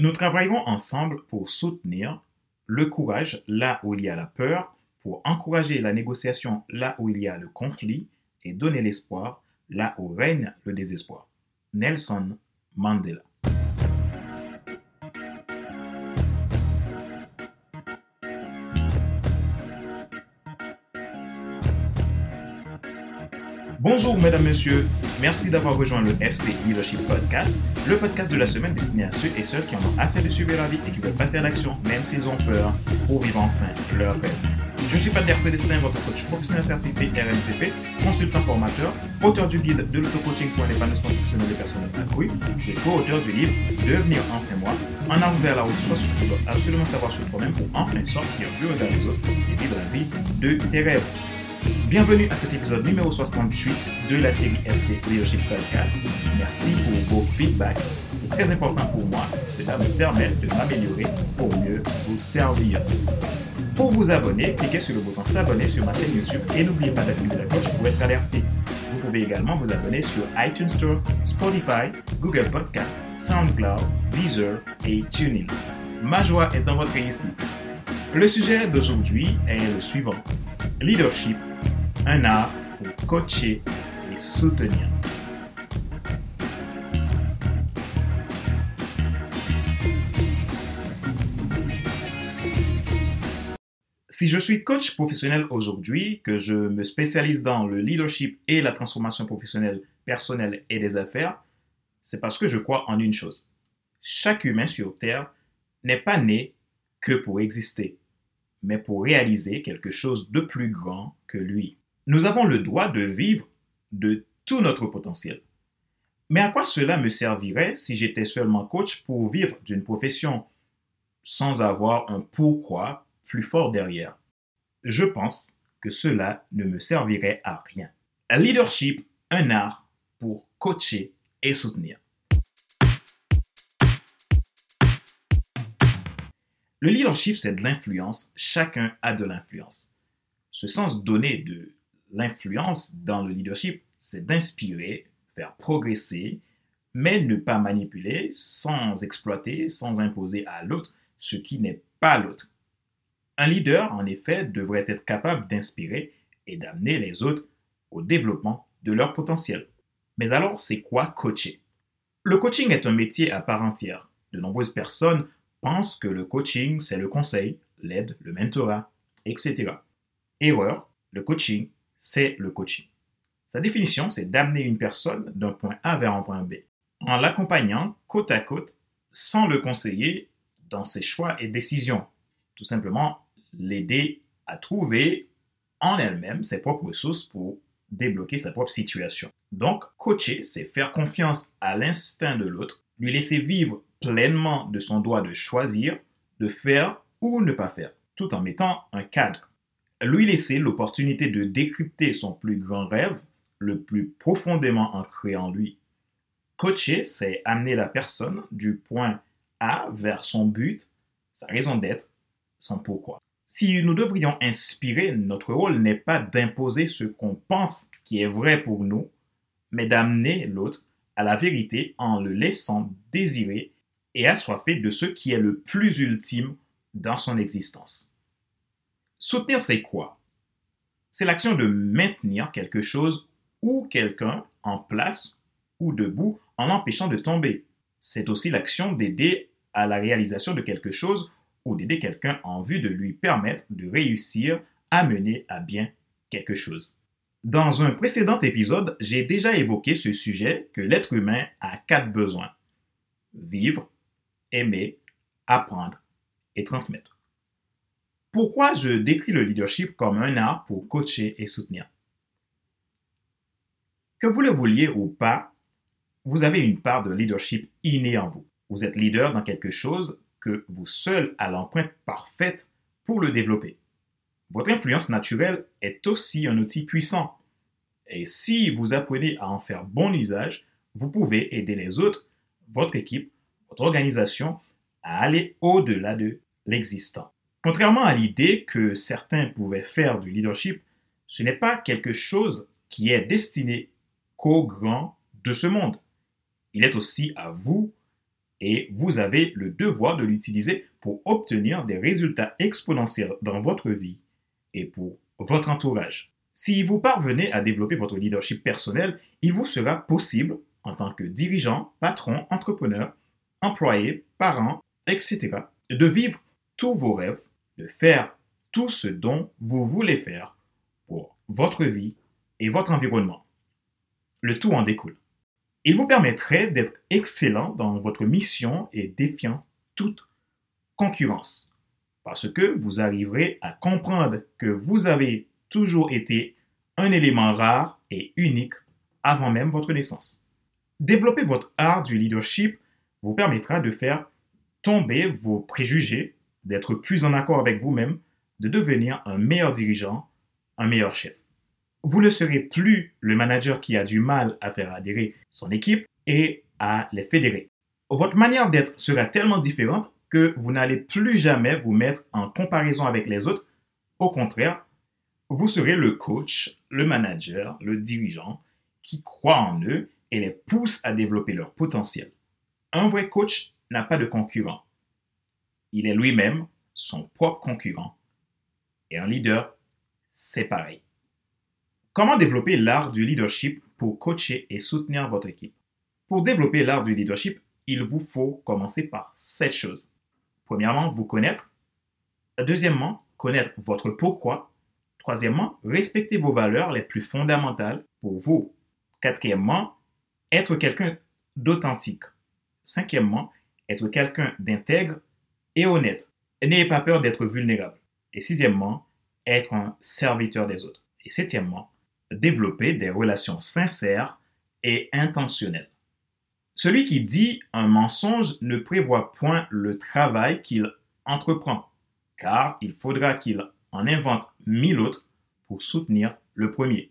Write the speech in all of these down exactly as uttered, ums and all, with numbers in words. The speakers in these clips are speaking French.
Nous travaillerons ensemble pour soutenir le courage là où il y a la peur, pour encourager la négociation là où il y a le conflit et donner l'espoir là où règne le désespoir. Nelson Mandela. Bonjour mesdames, messieurs, merci d'avoir rejoint le F C Leadership Podcast, le podcast de la semaine destiné à ceux et celles qui en ont assez de suivre la vie et qui veulent passer à l'action même s'ils ont peur pour vivre enfin leur rêve. Je suis Pater Célestin, votre coach professionnel certifié R N C P, consultant formateur, auteur du guide de l'auto-coaching pour l'épanouissement professionnel des personnes accrues et co-auteur du livre Devenir enfin moi, en avant vers la route soit ce que tu dois absolument savoir sur toi-même pour enfin sortir du regard des autres et vivre la vie de tes rêves. Bienvenue à cet épisode numéro soixante-huit de la série F C Leadership Podcast. Merci pour vos feedbacks. C'est très important pour moi. Cela me permet de m'améliorer pour mieux vous servir. Pour vous abonner, cliquez sur le bouton s'abonner sur ma chaîne YouTube et n'oubliez pas d'activer la cloche pour être alerté. Vous pouvez également vous abonner sur iTunes Store, Spotify, Google Podcast, SoundCloud, Deezer et TuneIn. Ma joie est dans votre réussite. Le sujet d'aujourd'hui est le suivant. Leadership, un art pour coacher et soutenir. Si je suis coach professionnel aujourd'hui, que je me spécialise dans le leadership et la transformation professionnelle, personnelle et des affaires, c'est parce que je crois en une chose. Chaque humain sur Terre n'est pas né que pour exister, mais pour réaliser quelque chose de plus grand que lui. Nous avons le droit de vivre de tout notre potentiel. Mais à quoi cela me servirait si j'étais seulement coach pour vivre d'une profession sans avoir un pourquoi plus fort derrière? Je pense que cela ne me servirait à rien. Leadership, un art pour coacher et soutenir. Le leadership, c'est de l'influence. Chacun a de l'influence. Ce sens donné de l'influence dans le leadership, c'est d'inspirer, faire progresser, mais ne pas manipuler, sans exploiter, sans imposer à l'autre ce qui n'est pas l'autre. Un leader, en effet, devrait être capable d'inspirer et d'amener les autres au développement de leur potentiel. Mais alors, c'est quoi coacher? Le coaching est un métier à part entière. De nombreuses personnes pensent que le coaching, c'est le conseil, l'aide, le mentorat, et cetera. Erreur, le coaching, c'est le coaching. Sa définition, c'est d'amener une personne d'un point A vers un point B, en l'accompagnant côte à côte, sans le conseiller dans ses choix et décisions. Tout simplement, l'aider à trouver en elle-même ses propres ressources pour débloquer sa propre situation. Donc, coacher, c'est faire confiance à l'instinct de l'autre, lui laisser vivre pleinement de son droit de choisir, de faire ou ne pas faire, tout en mettant un cadre. Lui laisser l'opportunité de décrypter son plus grand rêve, le plus profondément ancré en lui. Coacher, c'est amener la personne du point A vers son but, sa raison d'être, son pourquoi. Si nous devrions inspirer, notre rôle n'est pas d'imposer ce qu'on pense qui est vrai pour nous, mais d'amener l'autre à la vérité en le laissant désirer et assoiffé de ce qui est le plus ultime dans son existence. Soutenir, c'est quoi? C'est l'action de maintenir quelque chose ou quelqu'un en place ou debout en l'empêchant de tomber. C'est aussi l'action d'aider à la réalisation de quelque chose ou d'aider quelqu'un en vue de lui permettre de réussir à mener à bien quelque chose. Dans un précédent épisode, j'ai déjà évoqué ce sujet que l'être humain a quatre besoins. Vivre, aimer, apprendre et transmettre. Pourquoi je décris le leadership comme un art pour coacher et soutenir? Que vous le vouliez ou pas, vous avez une part de leadership innée en vous. Vous êtes leader dans quelque chose que vous seul à l'empreinte parfaite pour le développer. Votre influence naturelle est aussi un outil puissant. Et si vous apprenez à en faire bon usage, vous pouvez aider les autres, votre équipe, votre organisation à aller au-delà de l'existant. Contrairement à l'idée que certains pouvaient faire du leadership, ce n'est pas quelque chose qui est destiné qu'aux grands de ce monde. Il est aussi à vous et vous avez le devoir de l'utiliser pour obtenir des résultats exponentiels dans votre vie et pour votre entourage. Si vous parvenez à développer votre leadership personnel, il vous sera possible, en tant que dirigeant, patron, entrepreneur, employé, parent, et cetera, de vivre tous vos rêves, de faire tout ce dont vous voulez faire pour votre vie et votre environnement. Le tout en découle. Il vous permettrait d'être excellent dans votre mission et défiant toute concurrence, parce que vous arriverez à comprendre que vous avez toujours été un élément rare et unique avant même votre naissance. Développer votre art du leadership vous permettra de faire tomber vos préjugés, d'être plus en accord avec vous-même, de devenir un meilleur dirigeant, un meilleur chef. Vous ne serez plus le manager qui a du mal à faire adhérer son équipe et à les fédérer. Votre manière d'être sera tellement différente que vous n'allez plus jamais vous mettre en comparaison avec les autres. Au contraire, vous serez le coach, le manager, le dirigeant qui croit en eux et les pousse à développer leur potentiel. Un vrai coach n'a pas de concurrent. Il est lui-même son propre concurrent. Et un leader, c'est pareil. Comment développer l'art du leadership pour coacher et soutenir votre équipe? Pour développer l'art du leadership, il vous faut commencer par sept choses. Premièrement, vous connaître. Deuxièmement, connaître votre pourquoi. Troisièmement, respecter vos valeurs les plus fondamentales pour vous. Quatrièmement, être quelqu'un d'authentique. Cinquièmement, être quelqu'un d'intègre et honnête. N'ayez pas peur d'être vulnérable. Et sixièmement, être un serviteur des autres. Et septièmement, développer des relations sincères et intentionnelles. Celui qui dit un mensonge ne prévoit point le travail qu'il entreprend, car il faudra qu'il en invente mille autres pour soutenir le premier.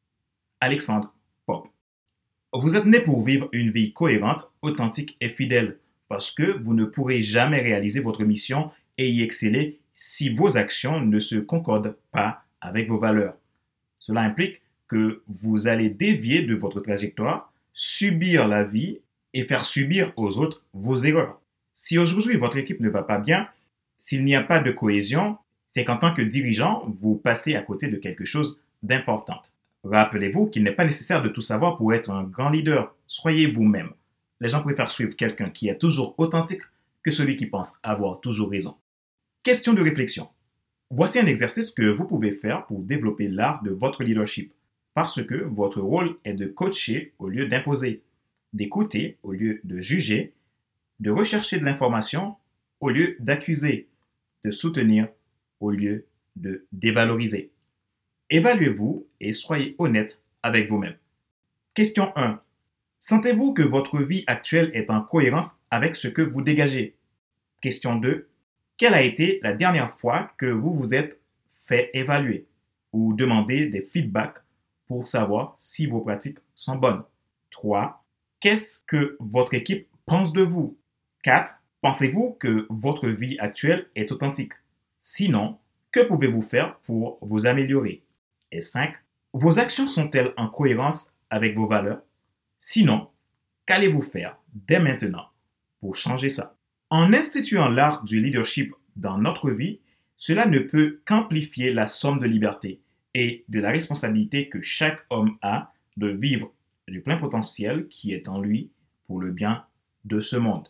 Alexandre Pope. Vous êtes né pour vivre une vie cohérente, authentique et fidèle, parce que vous ne pourrez jamais réaliser votre mission et y exceller si vos actions ne se concordent pas avec vos valeurs. Cela implique que vous allez dévier de votre trajectoire, subir la vie et faire subir aux autres vos erreurs. Si aujourd'hui votre équipe ne va pas bien, s'il n'y a pas de cohésion, c'est qu'en tant que dirigeant, vous passez à côté de quelque chose d'important. Rappelez-vous qu'il n'est pas nécessaire de tout savoir pour être un grand leader. Soyez vous-même. Les gens préfèrent suivre quelqu'un qui est toujours authentique que celui qui pense avoir toujours raison. Question de réflexion. Voici un exercice que vous pouvez faire pour développer l'art de votre leadership. Parce que votre rôle est de coacher au lieu d'imposer, d'écouter au lieu de juger, de rechercher de l'information au lieu d'accuser, de soutenir au lieu de dévaloriser. Évaluez-vous et soyez honnête avec vous-même. Question un. Sentez-vous que votre vie actuelle est en cohérence avec ce que vous dégagez? Question deux. Quelle a été la dernière fois que vous vous êtes fait évaluer ou demander des feedbacks pour savoir si vos pratiques sont bonnes? trois. Qu'est-ce que votre équipe pense de vous? quatre. Pensez-vous que votre vie actuelle est authentique? Sinon, que pouvez-vous faire pour vous améliorer? Et cinq. Vos actions sont-elles en cohérence avec vos valeurs? Sinon, qu'allez-vous faire dès maintenant pour changer ça? En instituant l'art du leadership dans notre vie, cela ne peut qu'amplifier la somme de liberté et de la responsabilité que chaque homme a de vivre du plein potentiel qui est en lui pour le bien de ce monde.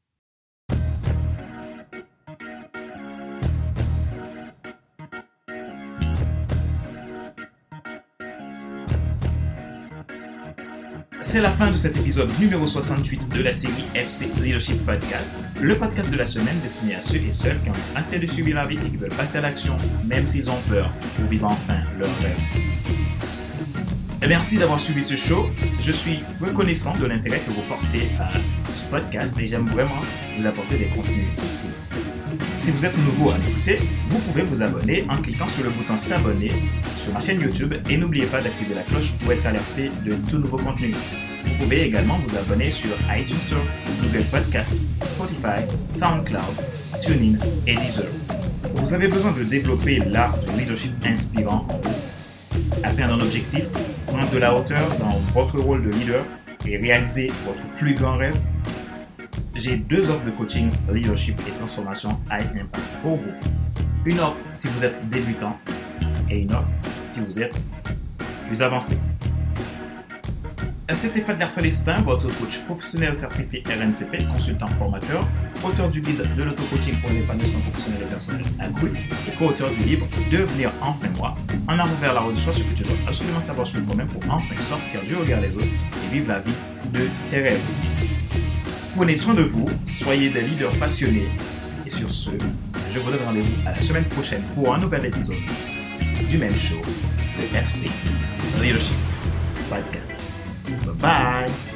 C'est la fin de cet épisode numéro soixante-huit de la série F C Leadership Podcast, le podcast de la semaine destiné à ceux et celles qui ont assez de suivre la vie et qui veulent passer à l'action, même s'ils ont peur, pour vivre enfin leur rêve. Et merci d'avoir suivi ce show. Je suis reconnaissant de l'intérêt que vous portez à ce podcast et j'aime vraiment vous apporter des contenus utiles. Si vous êtes nouveau à m'écouter, vous pouvez vous abonner en cliquant sur le bouton s'abonner sur ma chaîne YouTube et n'oubliez pas d'activer la cloche pour être alerté de tout nouveau contenu. Vous pouvez également vous abonner sur iTunes Store, Google Podcast, Spotify, SoundCloud, TuneIn et Deezer. Vous avez besoin de développer l'art du leadership inspirant en vous, atteindre un objectif, prendre de la hauteur dans votre rôle de leader et réaliser votre plus grand rêve. j'ai deux offres de coaching, leadership et transformation high impact pour vous. Une offre si vous êtes débutant et une offre si vous êtes plus avancé. C'était Fadler Célestin, votre coach professionnel certifié R N C P, consultant formateur, auteur du guide de l'auto-coaching pour l'épanouissement professionnel et personnel accru et co-auteur du livre Devenir enfin moi, en avant vers la route, soit ce que tu dois absolument savoir sur toi-même pour enfin sortir du regard des autres et vivre la vie de tes rêves. Prenez soin de vous, soyez des leaders passionnés et sur ce, je vous donne rendez-vous à la semaine prochaine pour un nouvel épisode du même show de F C Leadership Podcast. Bye-bye!